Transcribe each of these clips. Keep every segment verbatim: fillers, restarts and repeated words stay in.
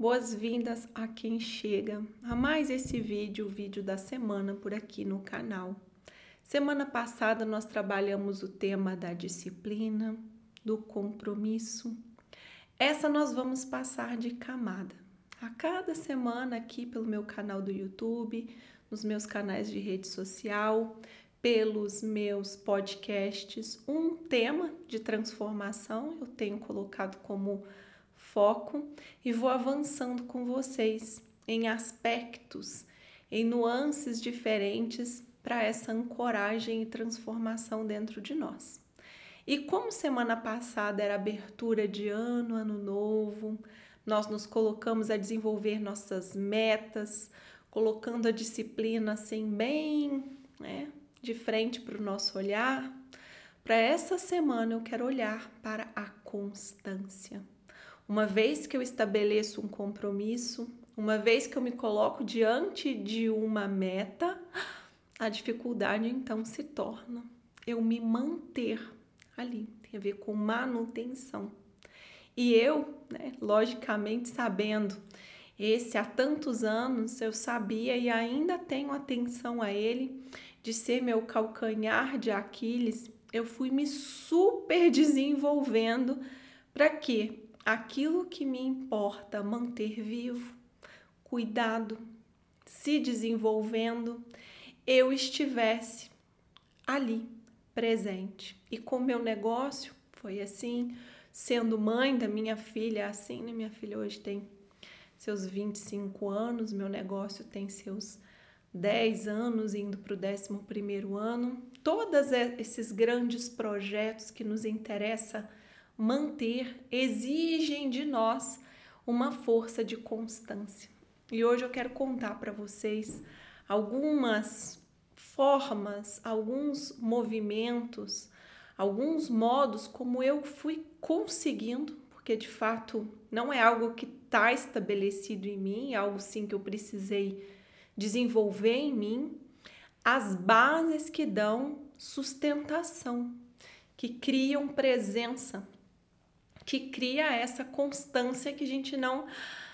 Boas-vindas a quem chega a mais esse vídeo, o vídeo da semana por aqui no canal. Semana passada nós trabalhamos o tema da disciplina, do compromisso. Essa nós vamos passar de camada. A cada semana aqui pelo meu canal do YouTube, nos meus canais de rede social, pelos meus podcasts, um tema de transformação eu tenho colocado como foco e vou avançando com vocês em aspectos, em nuances diferentes para essa ancoragem e transformação dentro de nós. E como semana passada era abertura de ano, ano novo, nós nos colocamos a desenvolver nossas metas, colocando a disciplina assim bem, né, de frente para o nosso olhar. Para essa semana eu quero olhar para a constância. Uma vez que eu estabeleço um compromisso, uma vez que eu me coloco diante de uma meta, a dificuldade então se torna eu me manter ali. Tem a ver com manutenção. E eu, né, logicamente sabendo, esse há tantos anos eu sabia e ainda tenho atenção a ele, de ser meu calcanhar de Aquiles, eu fui me super desenvolvendo para quê? Aquilo que me importa manter vivo, cuidado, se desenvolvendo, eu estivesse ali, presente. E com meu negócio foi assim, sendo mãe da minha filha, assim, né? Minha filha hoje tem seus vinte e cinco anos, meu negócio tem seus dez anos, indo para o décimo primeiro ano. Todos esses grandes projetos que nos interessa manter exigem de nós uma força de constância. E hoje eu quero contar para vocês algumas formas, alguns movimentos, alguns modos como eu fui conseguindo, porque de fato não é algo que está estabelecido em mim, é algo sim que eu precisei desenvolver em mim, as bases que dão sustentação, que criam presença, que cria essa constância que a gente não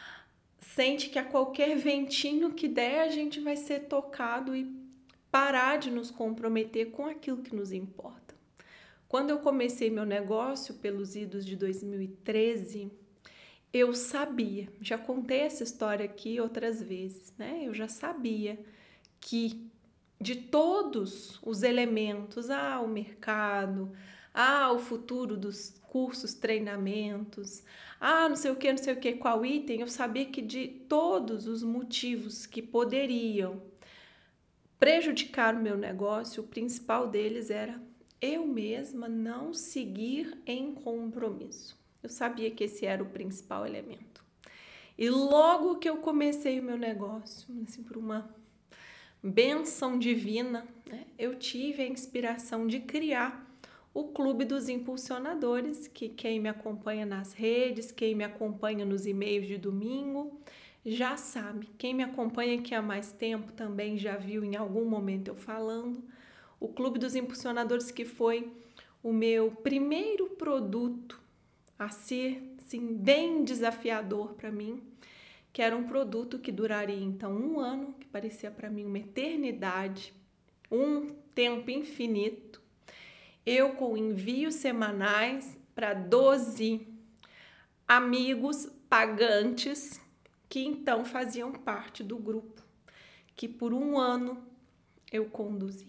sente que a qualquer ventinho que der a gente vai ser tocado e parar de nos comprometer com aquilo que nos importa. Quando eu comecei meu negócio pelos idos de dois mil e treze, eu sabia, já contei essa história aqui outras vezes, né? Eu já sabia que de todos os elementos, ah, o mercado, ah, o futuro dos cursos, treinamentos, ah, não sei o que, não sei o que, qual item, eu sabia que de todos os motivos que poderiam prejudicar o meu negócio, o principal deles era eu mesma não seguir em compromisso. Eu sabia que esse era o principal elemento. E logo que eu comecei o meu negócio, assim, por uma bênção divina, né, eu tive a inspiração de criar o Clube dos Impulsionadores, que quem me acompanha nas redes, quem me acompanha nos e-mails de domingo, já sabe. Quem me acompanha aqui há mais tempo também já viu em algum momento eu falando. O Clube dos Impulsionadores, que foi o meu primeiro produto a ser, assim, bem desafiador para mim, que era um produto que duraria então um ano, que parecia para mim uma eternidade, um tempo infinito. Eu com envios semanais para doze amigos pagantes que então faziam parte do grupo, que por um ano eu conduzi.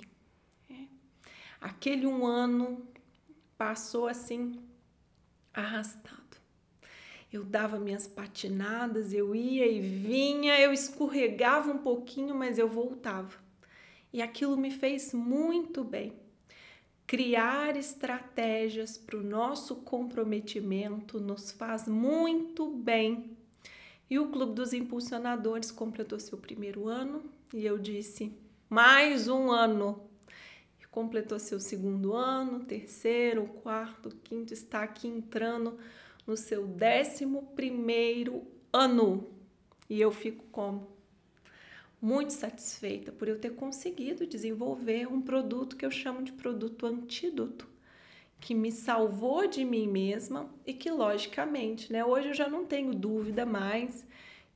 Aquele um ano passou assim, arrastado. Eu dava minhas patinadas, eu ia e vinha, eu escorregava um pouquinho, mas eu voltava. E aquilo me fez muito bem. Criar estratégias para o nosso comprometimento nos faz muito bem. E o Clube dos Impulsionadores completou seu primeiro ano e eu disse, mais um ano. E completou seu segundo ano, terceiro, quarto, quinto, está aqui entrando no seu décimo primeiro ano. E eu fico como? Muito satisfeita por eu ter conseguido desenvolver um produto que eu chamo de produto antídoto, que me salvou de mim mesma e que, logicamente, né, hoje eu já não tenho dúvida mais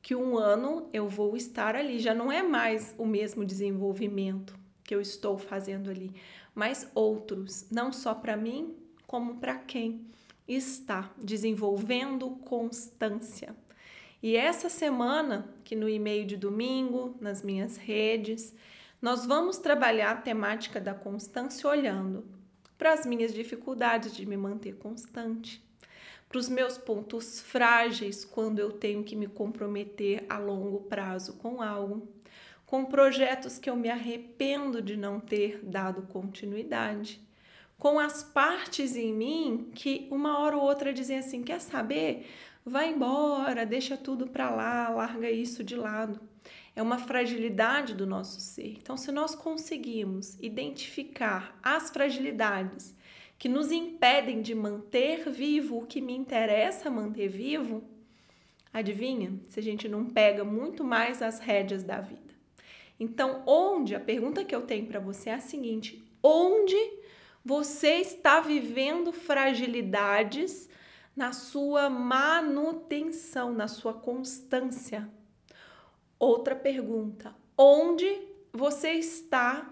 que um ano eu vou estar ali. Já não é mais o mesmo desenvolvimento que eu estou fazendo ali, mas outros, não só para mim, como para quem está desenvolvendo constância. E essa semana, que no e-mail de domingo, nas minhas redes, nós vamos trabalhar a temática da constância olhando para as minhas dificuldades de me manter constante, para os meus pontos frágeis quando eu tenho que me comprometer a longo prazo com algo, com projetos que eu me arrependo de não ter dado continuidade, com as partes em mim que uma hora ou outra dizem assim, quer saber? Vai embora, deixa tudo para lá, larga isso de lado. É uma fragilidade do nosso ser. Então, se nós conseguimos identificar as fragilidades que nos impedem de manter vivo o que me interessa manter vivo, adivinha? Se a gente não pega muito mais as rédeas da vida. Então, onde, a pergunta que eu tenho para você é a seguinte, onde você está vivendo fragilidades na sua manutenção, na sua constância? Outra pergunta, onde você está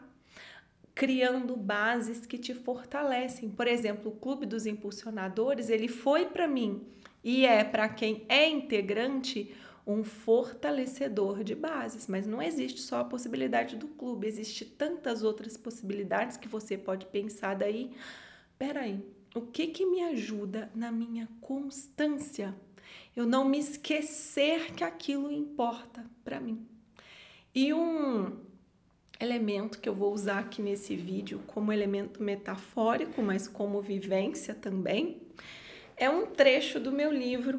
criando bases que te fortalecem? Por exemplo, o Clube dos Impulsionadores, ele foi para mim e é para quem é integrante um fortalecedor de bases, mas não existe só a possibilidade do clube, existe tantas outras possibilidades que você pode pensar daí. Peraí, o que que me ajuda na minha constância? Eu não me esquecer que aquilo importa para mim. E um elemento que eu vou usar aqui nesse vídeo como elemento metafórico, mas como vivência também, é um trecho do meu livro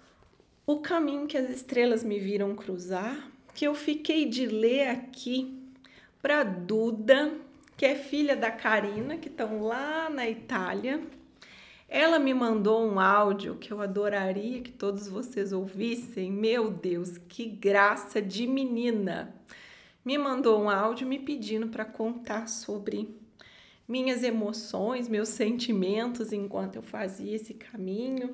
O Caminho que as Estrelas Me Viram Cruzar, que eu fiquei de ler aqui para Duda, que é filha da Karina, que estão lá na Itália. Ela me mandou um áudio que eu adoraria que todos vocês ouvissem. Meu Deus, que graça de menina! Me mandou um áudio me pedindo para contar sobre minhas emoções, meus sentimentos enquanto eu fazia esse caminho.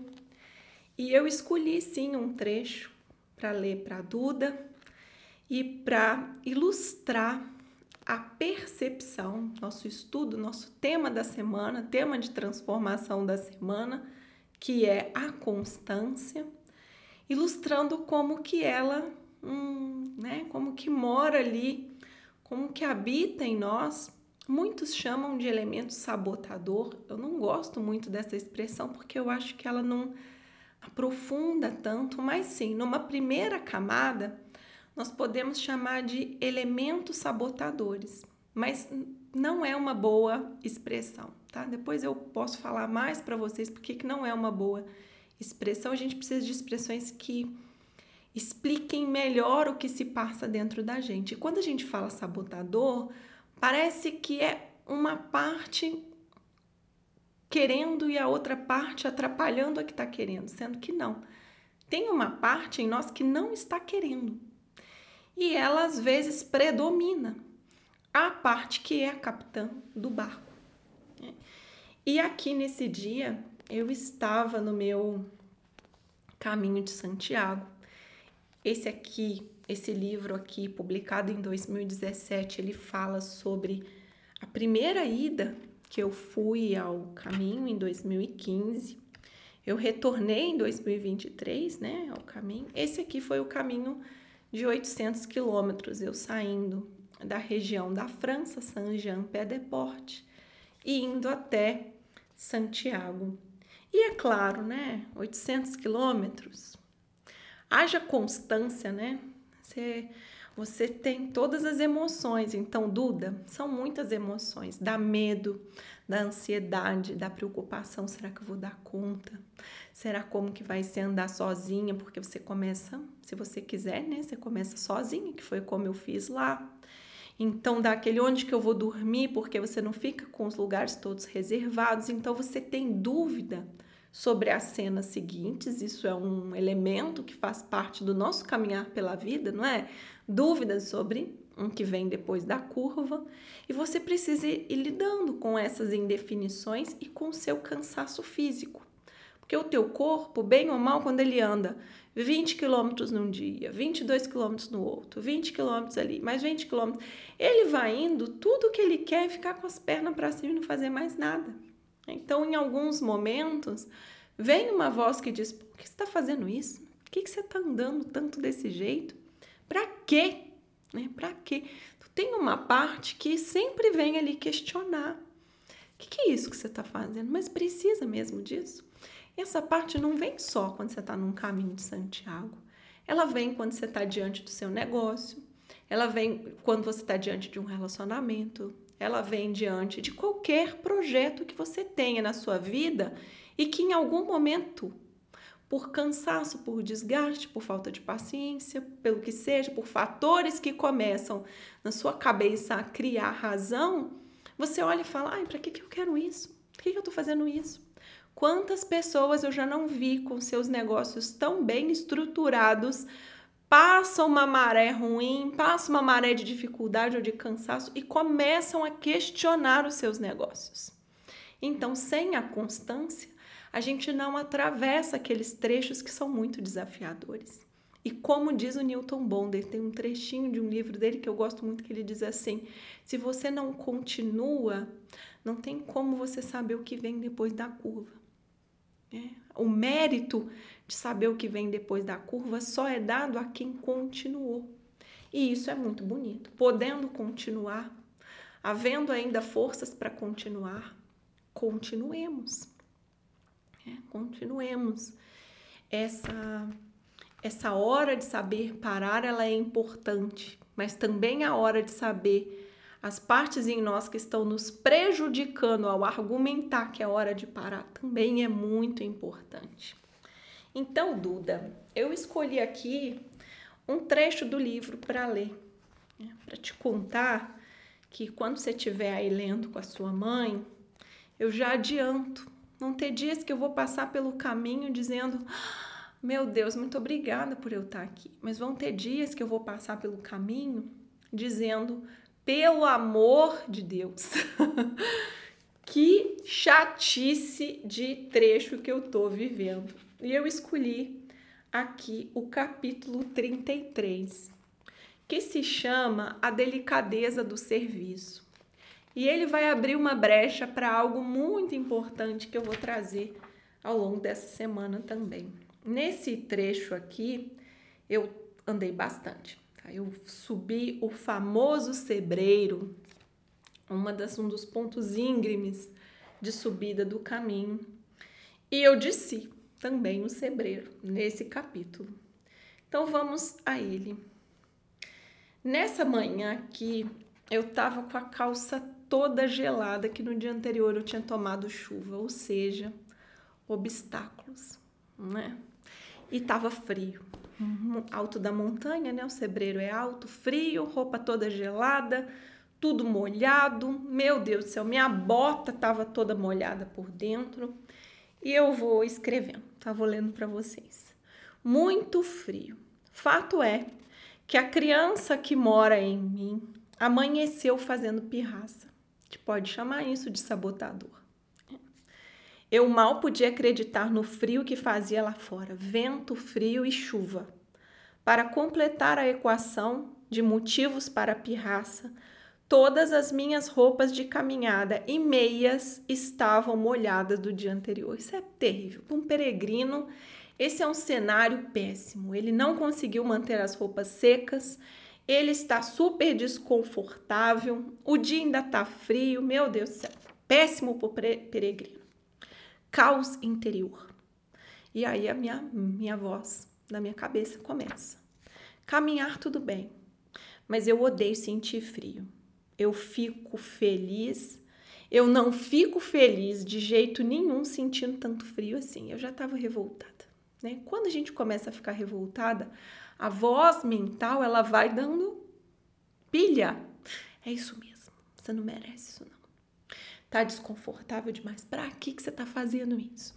E eu escolhi sim um trecho para ler para a Duda e para ilustrar a percepção, nosso estudo, nosso tema da semana, tema de transformação da semana, que é a constância, ilustrando como que ela, hum, né, como que mora ali, como que habita em nós. Muitos chamam de elemento sabotador. Eu não gosto muito dessa expressão porque eu acho que ela não aprofunda tanto, mas sim, numa primeira camada, nós podemos chamar de elementos sabotadores, mas não é uma boa expressão, tá? Depois eu posso falar mais para vocês porque que não é uma boa expressão. A gente precisa de expressões que expliquem melhor o que se passa dentro da gente. E quando a gente fala sabotador, parece que é uma parte querendo e a outra parte atrapalhando a que está querendo, sendo que não. Tem uma parte em nós que não está querendo. E ela, às vezes, predomina a parte que é a capitã do barco. E aqui, nesse dia, eu estava no meu caminho de Santiago. Esse aqui, esse livro aqui, publicado em dois mil e dezessete, ele fala sobre a primeira ida que eu fui ao caminho em dois mil e quinze. Eu retornei em dois mil e vinte e três, né, ao caminho. Esse aqui foi o caminho de oitocentos quilômetros, eu saindo da região da França, Saint-Jean-Pied-de-Port, e indo até Santiago. E é claro, né, oitocentos quilômetros, haja constância, né? Você, você tem todas as emoções. Então, Duda, são muitas emoções. Dá medo, da ansiedade, da preocupação. Será que eu vou dar conta? Será como que vai ser andar sozinha? Porque você começa, se você quiser, né? Você começa sozinha, que foi como eu fiz lá. Então, dá aquele onde que eu vou dormir, porque você não fica com os lugares todos reservados. Então, você tem dúvida sobre as cenas seguintes. Isso é um elemento que faz parte do nosso caminhar pela vida, não é? Dúvidas sobre um que vem depois da curva. E você precisa ir lidando com essas indefinições e com o seu cansaço físico. Porque o teu corpo, bem ou mal, quando ele anda vinte quilômetros num dia, vinte e dois quilômetros no outro, vinte quilômetros ali, mais vinte quilômetros, ele vai indo, tudo que ele quer é ficar com as pernas para cima e não fazer mais nada. Então, em alguns momentos, vem uma voz que diz, por que você está fazendo isso? Por que você está andando tanto desse jeito? Para quê? Né? Para quê? Tem uma parte que sempre vem ali questionar. O que, que é isso que você está fazendo? Mas precisa mesmo disso? Essa parte não vem só quando você está num caminho de Santiago. Ela vem quando você está diante do seu negócio. Ela vem quando você está diante de um relacionamento. Ela vem diante de qualquer projeto que você tenha na sua vida e que em algum momento, por cansaço, por desgaste, por falta de paciência, pelo que seja, por fatores que começam na sua cabeça a criar razão, você olha e fala, ai, para que, que eu quero isso? Por que, que eu estou fazendo isso? Quantas pessoas eu já não vi com seus negócios tão bem estruturados, passam uma maré ruim, passam uma maré de dificuldade ou de cansaço e começam a questionar os seus negócios. Então, sem a constância, a gente não atravessa aqueles trechos que são muito desafiadores. E como diz o Newton Bonder, tem um trechinho de um livro dele que eu gosto muito, que ele diz assim, se você não continua, não tem como você saber o que vem depois da curva. É. O mérito de saber o que vem depois da curva só é dado a quem continuou. E isso é muito bonito. Podendo continuar, havendo ainda forças para continuar, continuemos. É, continuemos. Essa, essa hora de saber parar, ela é importante, mas também a hora de saber as partes em nós que estão nos prejudicando ao argumentar que é hora de parar também é muito importante. Então, Duda, eu escolhi aqui um trecho do livro para ler, né, para te contar que quando você estiver aí lendo com a sua mãe, eu já adianto, não ter dias que eu vou passar pelo caminho dizendo, meu Deus, muito obrigada por eu estar aqui, mas vão ter dias que eu vou passar pelo caminho dizendo, pelo amor de Deus, que chatice de trecho que eu tô vivendo. E eu escolhi aqui o capítulo trinta e três, que se chama A Delicadeza do Serviço. E ele vai abrir uma brecha para algo muito importante que eu vou trazer ao longo dessa semana também. Nesse trecho aqui, eu andei bastante. Eu subi o famoso Sebreiro, uma das, um dos pontos íngremes de subida do caminho. E eu desci também o Sebreiro, nesse capítulo. Então, vamos a ele. Nessa manhã aqui, eu estava com a calça toda gelada, que no dia anterior eu tinha tomado chuva, ou seja, obstáculos, né? E estava frio. Alto da montanha, né? O Sebreiro é alto, frio, roupa toda gelada, tudo molhado. Meu Deus do céu, minha bota estava toda molhada por dentro. E eu vou escrevendo, tá? Vou lendo para vocês. Muito frio. Fato é que a criança que mora em mim amanheceu fazendo pirraça. A gente pode chamar isso de sabotador. Eu mal podia acreditar no frio que fazia lá fora, vento, frio e chuva. Para completar a equação de motivos para a pirraça, todas as minhas roupas de caminhada e meias estavam molhadas do dia anterior. Isso é terrível. Para um peregrino, esse é um cenário péssimo. Ele não conseguiu manter as roupas secas, ele está super desconfortável, o dia ainda está frio, meu Deus do céu. Péssimo para o peregrino. Caos interior. E aí a minha, minha voz na minha cabeça começa. Caminhar tudo bem, mas eu odeio sentir frio. Eu fico feliz, eu não fico feliz de jeito nenhum sentindo tanto frio assim. Eu já estava revoltada, né? Quando a gente começa a ficar revoltada, a voz mental, ela vai dando pilha. É isso mesmo, você não merece isso não. Tá desconfortável demais. Para que que você tá fazendo isso?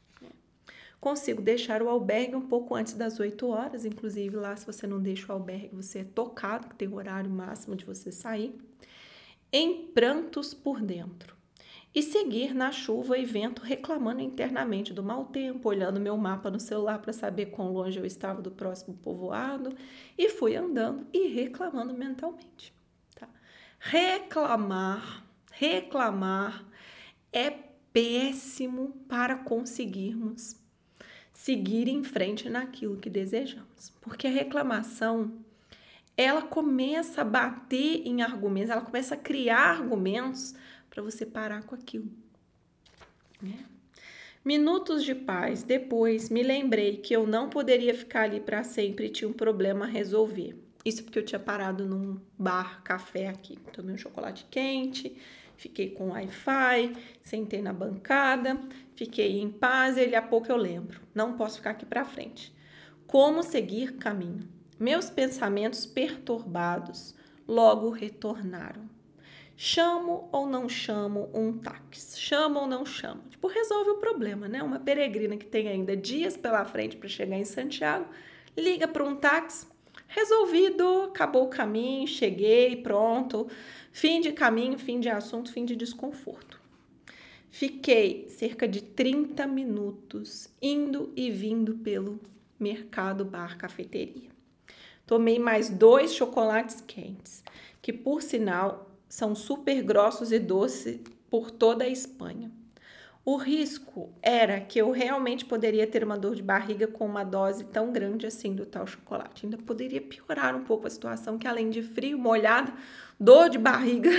Consigo deixar o albergue um pouco antes das oito horas, inclusive lá se você não deixa o albergue, você é tocado, que tem o horário máximo de você sair. Em prantos por dentro. e seguir na chuva e vento, reclamando internamente do mau tempo, olhando meu mapa no celular para saber quão longe eu estava do próximo povoado, e fui andando e reclamando mentalmente. Tá? Reclamar, reclamar é péssimo para conseguirmos seguir em frente naquilo que desejamos, porque a reclamação ela começa a bater em argumentos, ela começa a criar argumentos para você parar com aquilo. Né? Minutos de paz depois, me lembrei que eu não poderia ficar ali para sempre e tinha um problema a resolver. Isso porque eu tinha parado num bar, café aqui. Tomei um chocolate quente, fiquei com Wi-Fi, sentei na bancada, fiquei em paz e daqui a pouco eu lembro. Não posso ficar aqui para frente. Como seguir caminho? Meus pensamentos perturbados logo retornaram. Chamo ou não chamo um táxi? Chamo ou não chamo? Tipo, resolve o problema, né? Uma peregrina que tem ainda dias pela frente para chegar em Santiago, liga para um táxi, resolvido, acabou o caminho, cheguei, pronto. Fim de caminho, fim de assunto, fim de desconforto. Fiquei cerca de trinta minutos indo e vindo pelo mercado, bar, cafeteria. Tomei mais dois chocolates quentes, que por sinal são super grossos e doces por toda a Espanha. O risco era que eu realmente poderia ter uma dor de barriga com uma dose tão grande assim do tal chocolate. Ainda poderia piorar um pouco a situação, que além de frio, molhado, dor de barriga.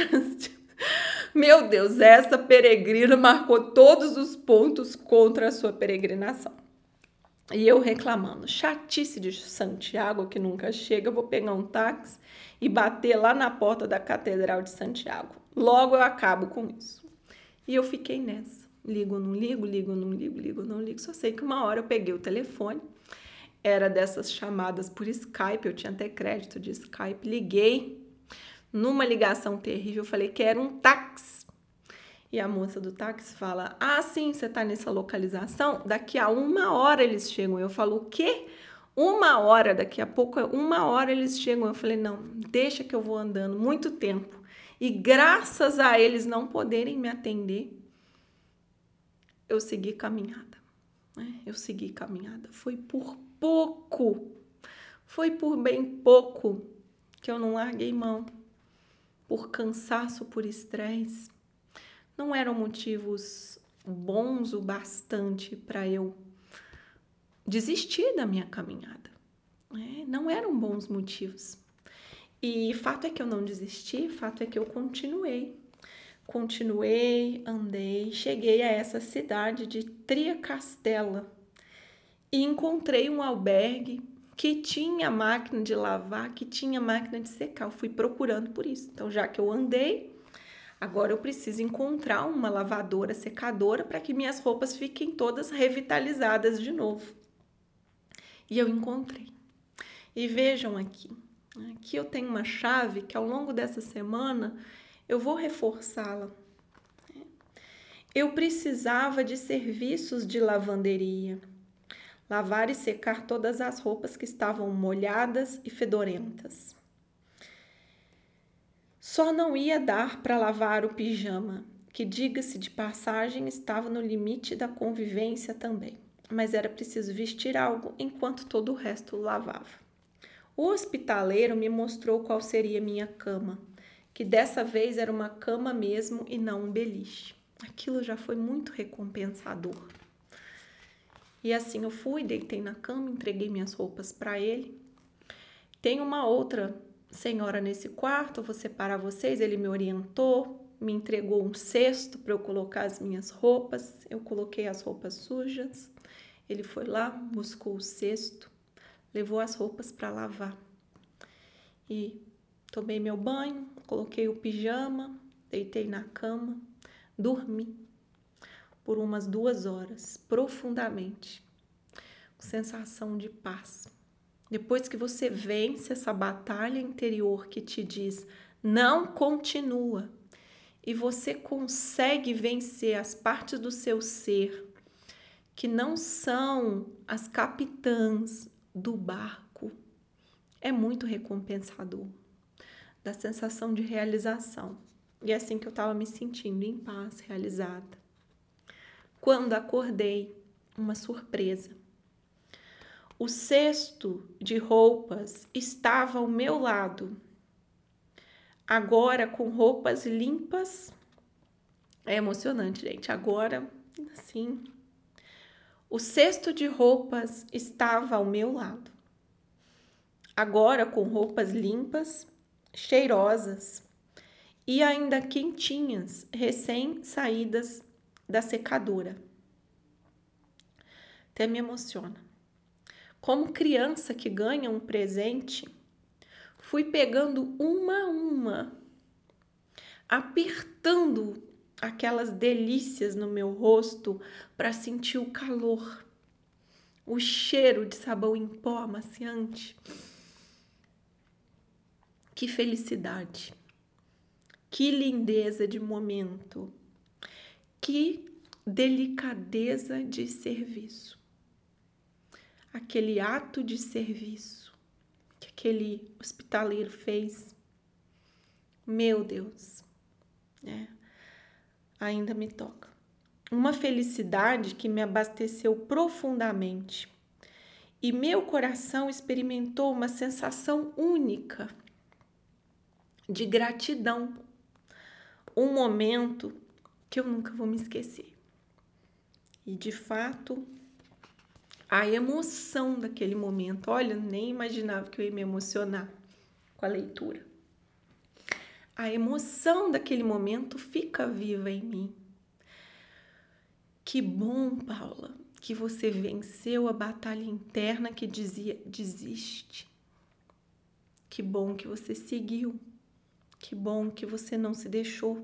Meu Deus, essa peregrina marcou todos os pontos contra a sua peregrinação. E eu reclamando, chatice de Santiago que nunca chega, vou pegar um táxi e bater lá na porta da Catedral de Santiago. Logo eu acabo com isso. E eu fiquei nessa. Ligo, não ligo, ligo, não ligo, ligo, não ligo. Só sei que uma hora eu peguei o telefone, era dessas chamadas por Skype, eu tinha até crédito de Skype, liguei, numa ligação terrível, eu falei que era um táxi. E a moça do táxi fala, ah, sim, você tá nessa localização? Daqui a uma hora eles chegam. Eu falo, o quê? Uma hora, daqui a pouco, uma hora eles chegam. Eu falei, não, deixa que eu vou andando muito tempo. E graças a eles não poderem me atender, eu segui caminhada. Né? Eu segui caminhada. Foi por pouco, foi por bem pouco que eu não larguei mão. Por cansaço, por estresse. Não eram motivos bons o bastante para eu desistir da minha caminhada. É, não eram bons motivos. E fato é que eu não desisti, fato é que eu continuei. Continuei, andei, cheguei a essa cidade de Triacastela e encontrei um albergue que tinha máquina de lavar, que tinha máquina de secar. Eu fui procurando por isso. Então, já que eu andei, agora eu preciso encontrar uma lavadora secadora para que minhas roupas fiquem todas revitalizadas de novo. E eu encontrei. E vejam aqui. Aqui eu tenho uma chave que ao longo dessa semana eu vou reforçá-la. Eu precisava de serviços de lavanderia. Lavar e secar todas as roupas que estavam molhadas e fedorentas. Só não ia dar para lavar o pijama, que, diga-se de passagem, estava no limite da convivência também, mas era preciso vestir algo enquanto todo o resto lavava. O hospitaleiro me mostrou qual seria minha cama, que dessa vez era uma cama mesmo e não um beliche. Aquilo já foi muito recompensador. E assim eu fui, deitei na cama, entreguei minhas roupas para ele. Tem uma outra senhora nesse quarto, vou separar vocês, ele me orientou, me entregou um cesto para eu colocar as minhas roupas, eu coloquei as roupas sujas, ele foi lá, buscou o cesto, levou as roupas para lavar e tomei meu banho, coloquei o pijama, deitei na cama, dormi por umas duas horas, profundamente, com sensação de paz. Depois que você vence essa batalha interior que te diz, não continua, e você consegue vencer as partes do seu ser que não são as capitãs do barco, é muito recompensador, dá sensação de realização. E é assim que eu estava me sentindo, em paz, realizada. Quando acordei, uma surpresa. O cesto de roupas estava ao meu lado, agora com roupas limpas. É emocionante, gente. Agora, assim, o cesto de roupas estava ao meu lado, agora com roupas limpas, cheirosas e ainda quentinhas, recém-saídas da secadora. Até me emociona. Como criança que ganha um presente, fui pegando uma a uma, apertando aquelas delícias no meu rosto para sentir o calor, o cheiro de sabão em pó amaciante. Que felicidade, que lindeza de momento, que delicadeza de serviço. Aquele ato de serviço que aquele hospitaleiro fez, meu Deus, né? Ainda me toca. Uma felicidade que me abasteceu profundamente e meu coração experimentou uma sensação única de gratidão, um momento que eu nunca vou me esquecer. E de fato, a emoção daquele momento, olha, nem imaginava que eu ia me emocionar com a leitura. A emoção daquele momento fica viva em mim. Que bom, Paula, que você venceu a batalha interna que dizia desiste. Que bom que você seguiu. Que bom que você não se deixou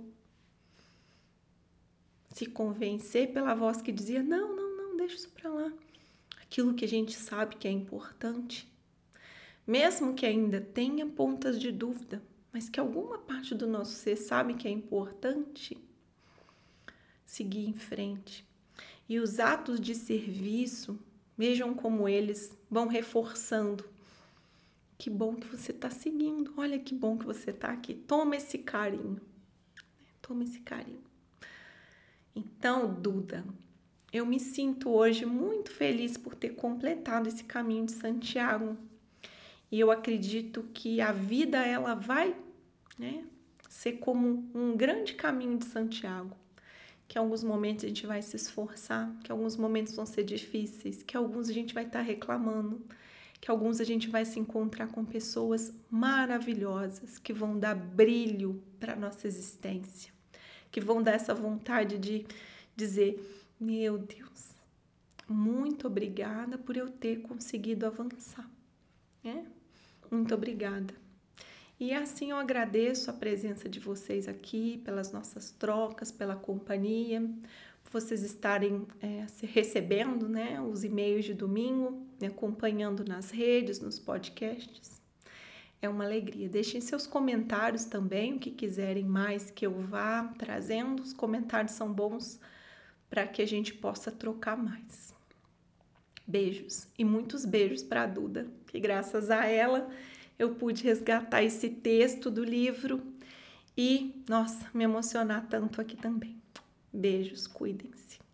se convencer pela voz que dizia não, não, não, deixa isso pra lá. Aquilo que a gente sabe que é importante, mesmo que ainda tenha pontas de dúvida, mas que alguma parte do nosso ser sabe que é importante, seguir em frente. E os atos de serviço, vejam como eles vão reforçando. Que bom que você está seguindo, olha que bom que você está aqui, toma esse carinho, toma esse carinho. Então, Duda, eu me sinto hoje muito feliz por ter completado esse caminho de Santiago. E eu acredito que a vida, ela vai, né, ser como um grande caminho de Santiago. Que em alguns momentos a gente vai se esforçar, que alguns momentos vão ser difíceis, que alguns a gente vai estar reclamando, que alguns a gente vai se encontrar com pessoas maravilhosas, que vão dar brilho para a nossa existência, que vão dar essa vontade de dizer, meu Deus, muito obrigada por eu ter conseguido avançar, né? Muito obrigada. E assim eu agradeço a presença de vocês aqui, pelas nossas trocas, pela companhia, por vocês estarem é, recebendo, né, os e-mails de domingo, me acompanhando nas redes, nos podcasts. É uma alegria. Deixem seus comentários também, o que quiserem mais que eu vá trazendo. Os comentários são bons para que a gente possa trocar mais. Beijos e muitos beijos para a Duda, que graças a ela eu pude resgatar esse texto do livro e, nossa, me emocionar tanto aqui também. Beijos, cuidem-se.